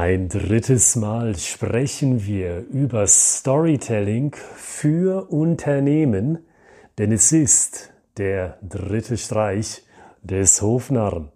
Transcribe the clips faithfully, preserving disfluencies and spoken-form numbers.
Ein drittes Mal sprechen wir über Storytelling für Unternehmen, denn es ist der dritte Streich des Hofnarren.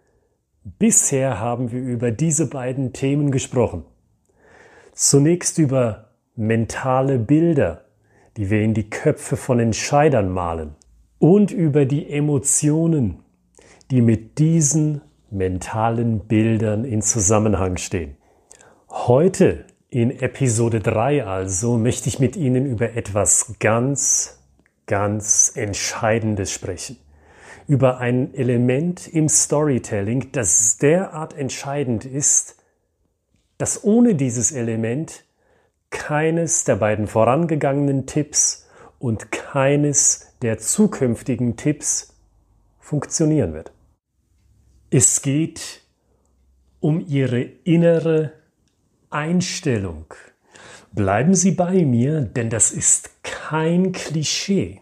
Bisher haben wir über diese beiden Themen gesprochen. Zunächst über mentale Bilder, die wir in die Köpfe von Entscheidern malen, und über die Emotionen, die mit diesen mentalen Bildern in Zusammenhang stehen. Heute in Episode drei also möchte ich mit Ihnen über etwas ganz, ganz Entscheidendes sprechen. Über ein Element im Storytelling, das derart entscheidend ist, dass ohne dieses Element keines der beiden vorangegangenen Tipps und keines der zukünftigen Tipps funktionieren wird. Es geht um Ihre innere Einstellung. Bleiben Sie bei mir, denn das ist kein Klischee.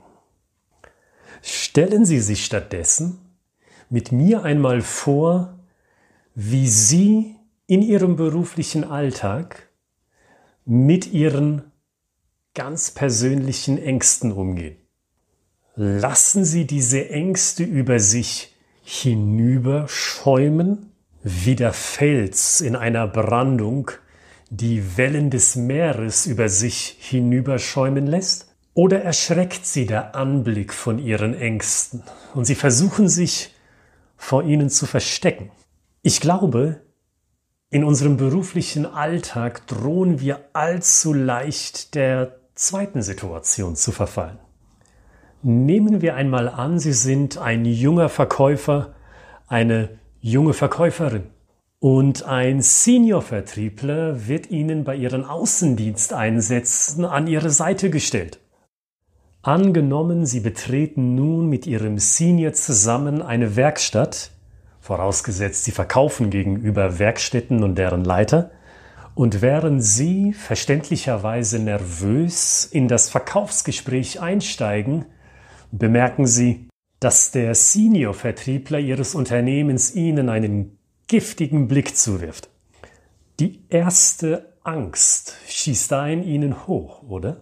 Stellen Sie sich stattdessen mit mir einmal vor, wie Sie in Ihrem beruflichen Alltag mit Ihren ganz persönlichen Ängsten umgehen. Lassen Sie diese Ängste über sich hinüberschäumen, wie der Fels in einer Brandung die Wellen des Meeres über sich hinüberschäumen lässt? Oder erschreckt Sie der Anblick von Ihren Ängsten und Sie versuchen sich vor ihnen zu verstecken? Ich glaube, in unserem beruflichen Alltag drohen wir allzu leicht der zweiten Situation zu verfallen. Nehmen wir einmal an, Sie sind ein junger Verkäufer, eine junge Verkäuferin und ein Senior-Vertriebler wird Ihnen bei Ihren Außendiensteinsätzen an Ihre Seite gestellt. Angenommen, Sie betreten nun mit Ihrem Senior zusammen eine Werkstatt, vorausgesetzt Sie verkaufen gegenüber Werkstätten und deren Leiter, und während Sie verständlicherweise nervös in das Verkaufsgespräch einsteigen, bemerken Sie, dass der Senior-Vertriebler Ihres Unternehmens Ihnen einen giftigen Blick zuwirft. Die erste Angst schießt da in Ihnen hoch, oder?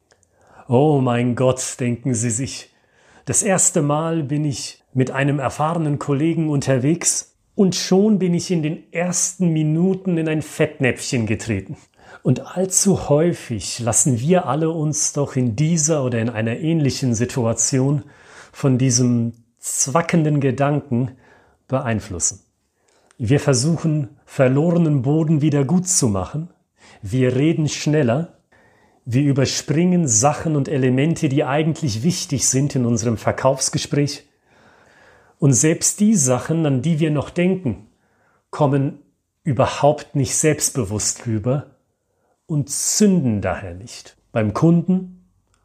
Oh mein Gott, denken Sie sich, das erste Mal bin ich mit einem erfahrenen Kollegen unterwegs und schon bin ich in den ersten Minuten in ein Fettnäpfchen getreten. Und allzu häufig lassen wir alle uns doch in dieser oder in einer ähnlichen Situation von diesem zwackenden Gedanken beeinflussen. Wir versuchen, verlorenen Boden wieder gut zu machen. Wir reden schneller. Wir überspringen Sachen und Elemente, die eigentlich wichtig sind in unserem Verkaufsgespräch. Und selbst die Sachen, an die wir noch denken, kommen überhaupt nicht selbstbewusst rüber und zünden daher nicht. Beim Kunden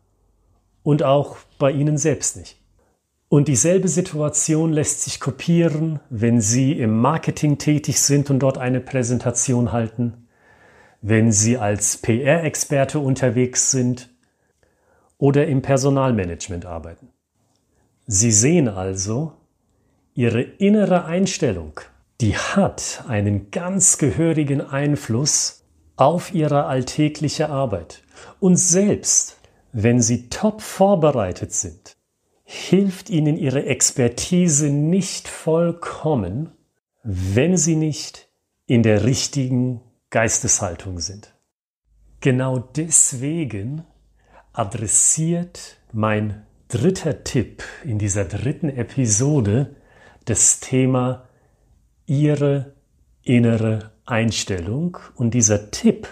und auch bei Ihnen selbst nicht. Und dieselbe Situation lässt sich kopieren, wenn Sie im Marketing tätig sind und dort eine Präsentation halten, wenn Sie als P R-Experte unterwegs sind oder im Personalmanagement arbeiten. Sie sehen also, Ihre innere Einstellung, die hat einen ganz gehörigen Einfluss auf Ihre alltägliche Arbeit. Und selbst wenn Sie top vorbereitet sind, hilft Ihnen Ihre Expertise nicht vollkommen, wenn Sie nicht in der richtigen Geisteshaltung sind. Genau deswegen adressiert mein dritter Tipp in dieser dritten Episode das Thema Ihre innere Einstellung. Und dieser Tipp,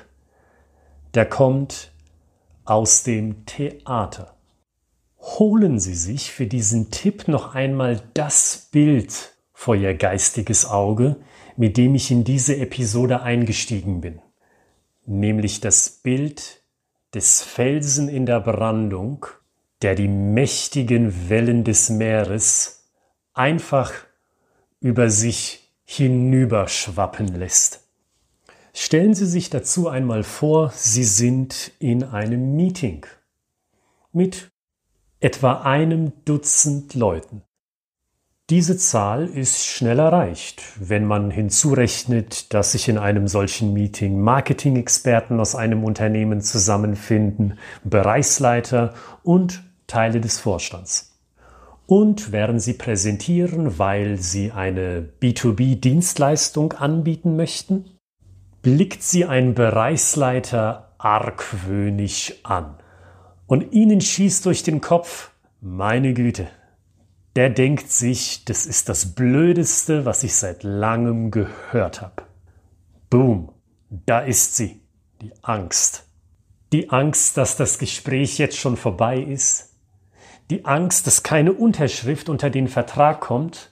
der kommt aus dem Theater. Holen Sie sich für diesen Tipp noch einmal das Bild vor Ihr geistiges Auge, mit dem ich in diese Episode eingestiegen bin. Nämlich das Bild des Felsen in der Brandung, der die mächtigen Wellen des Meeres einfach über sich hinüberschwappen lässt. Stellen Sie sich dazu einmal vor, Sie sind in einem Meeting mit etwa einem Dutzend Leuten. Diese Zahl ist schnell erreicht, wenn man hinzurechnet, dass sich in einem solchen Meeting Marketing-Experten aus einem Unternehmen zusammenfinden, Bereichsleiter und Teile des Vorstands. Und während sie präsentieren, weil sie eine B zwei B-Dienstleistung anbieten möchten, blickt sie ein Bereichsleiter argwöhnisch an. Und ihnen schießt durch den Kopf: Meine Güte, der denkt sich, das ist das Blödeste, was ich seit langem gehört habe. Boom, da ist sie, die Angst. Die Angst, dass das Gespräch jetzt schon vorbei ist. Die Angst, dass keine Unterschrift unter den Vertrag kommt.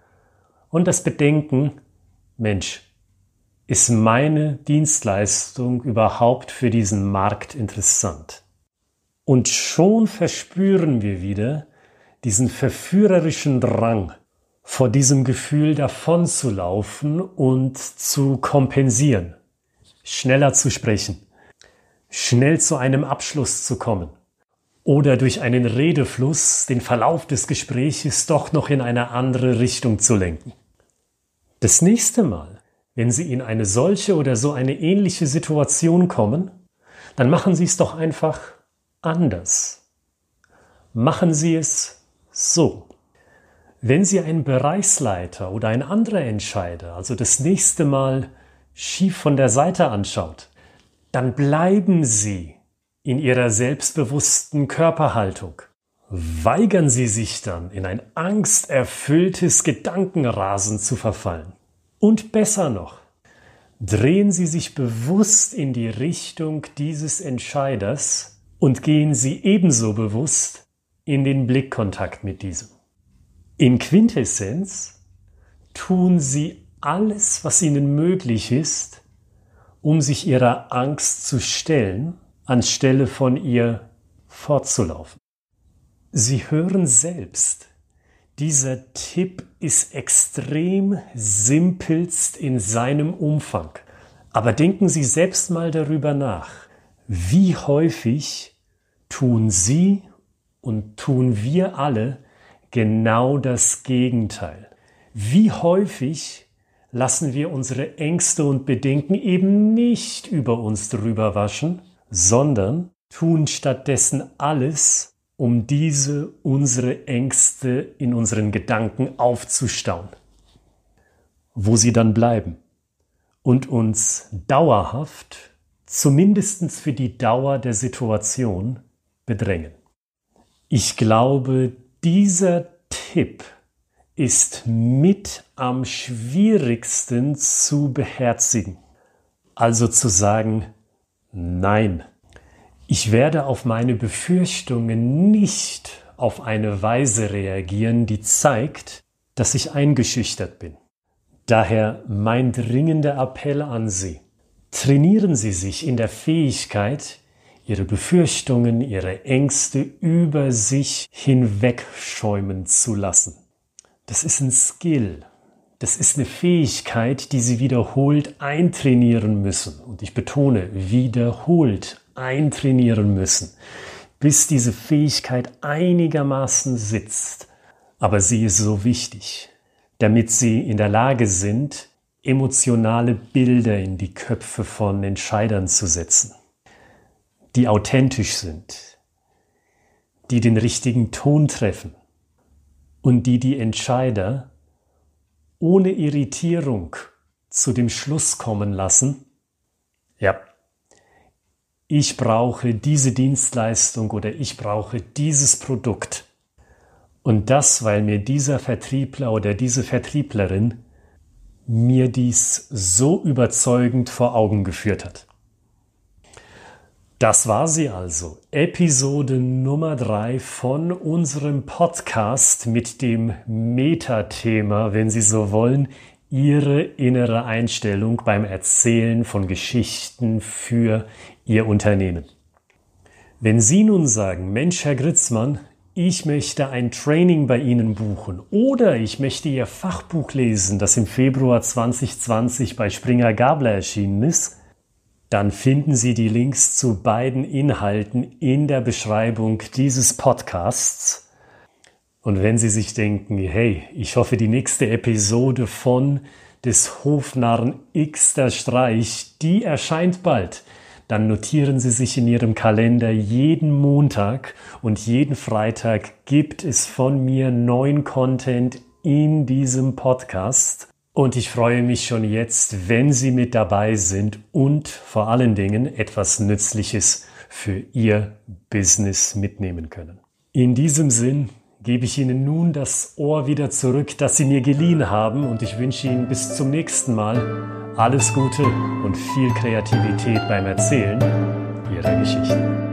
Und das Bedenken: Mensch, ist meine Dienstleistung überhaupt für diesen Markt interessant? Und schon verspüren wir wieder diesen verführerischen Drang, vor diesem Gefühl davonzulaufen und zu kompensieren, schneller zu sprechen, schnell zu einem Abschluss zu kommen oder durch einen Redefluss den Verlauf des Gespräches doch noch in eine andere Richtung zu lenken. Das nächste Mal, wenn Sie in eine solche oder so eine ähnliche Situation kommen, dann machen Sie es doch einfach anders. Machen Sie es so. Wenn Sie einen Bereichsleiter oder ein anderer Entscheider also das nächste Mal schief von der Seite anschaut, dann bleiben Sie in Ihrer selbstbewussten Körperhaltung. Weigern Sie sich dann, in ein angsterfülltes Gedankenrasen zu verfallen. Und besser noch, drehen Sie sich bewusst in die Richtung dieses Entscheiders und gehen Sie ebenso bewusst in den Blickkontakt mit diesem. In Quintessenz tun Sie alles, was Ihnen möglich ist, um sich Ihrer Angst zu stellen, anstelle von ihr fortzulaufen. Sie hören selbst, dieser Tipp ist extrem simpelst in seinem Umfang. Aber denken Sie selbst mal darüber nach, wie häufig tun Sie und tun wir alle genau das Gegenteil. Wie häufig lassen wir unsere Ängste und Bedenken eben nicht über uns drüber waschen, sondern tun stattdessen alles, um diese, unsere Ängste in unseren Gedanken aufzustauen, wo sie dann bleiben und uns dauerhaft, zumindest für die Dauer der Situation, bedrängen. Ich glaube, dieser Tipp ist mit am schwierigsten zu beherzigen. Also zu sagen: Nein, ich werde auf meine Befürchtungen nicht auf eine Weise reagieren, die zeigt, dass ich eingeschüchtert bin. Daher mein dringender Appell an Sie: Trainieren Sie sich in der Fähigkeit, Ihre Befürchtungen, Ihre Ängste über sich hinwegschäumen zu lassen. Das ist ein Skill. Das ist eine Fähigkeit, die Sie wiederholt eintrainieren müssen. Und ich betone, wiederholt eintrainieren müssen, bis diese Fähigkeit einigermaßen sitzt. Aber sie ist so wichtig, damit Sie in der Lage sind, emotionale Bilder in die Köpfe von Entscheidern zu setzen, die authentisch sind, die den richtigen Ton treffen und die die Entscheider ohne Irritierung zu dem Schluss kommen lassen: Ja, ich brauche diese Dienstleistung oder ich brauche dieses Produkt. Und das, weil mir dieser Vertriebler oder diese Vertrieblerin mir dies so überzeugend vor Augen geführt hat. Das war sie also, Episode Nummer drei von unserem Podcast mit dem Metathema, wenn Sie so wollen, Ihre innere Einstellung beim Erzählen von Geschichten für Ihr Unternehmen. Wenn Sie nun sagen: Mensch, Herr Gritzmann, ich möchte ein Training bei Ihnen buchen oder ich möchte Ihr Fachbuch lesen, das im Februar zwanzig zwanzig bei Springer Gabler erschienen ist, dann finden Sie die Links zu beiden Inhalten in der Beschreibung dieses Podcasts. Und wenn Sie sich denken, hey, ich hoffe, die nächste Episode von des Hofnarren Xter Streich, die erscheint bald, dann notieren Sie sich in Ihrem Kalender, jeden Montag und jeden Freitag gibt es von mir neuen Content in diesem Podcast. Und ich freue mich schon jetzt, wenn Sie mit dabei sind und vor allen Dingen etwas Nützliches für Ihr Business mitnehmen können. In diesem Sinn gebe ich Ihnen nun das Ohr wieder zurück, das Sie mir geliehen haben, und ich wünsche Ihnen bis zum nächsten Mal alles Gute und viel Kreativität beim Erzählen Ihrer Geschichten.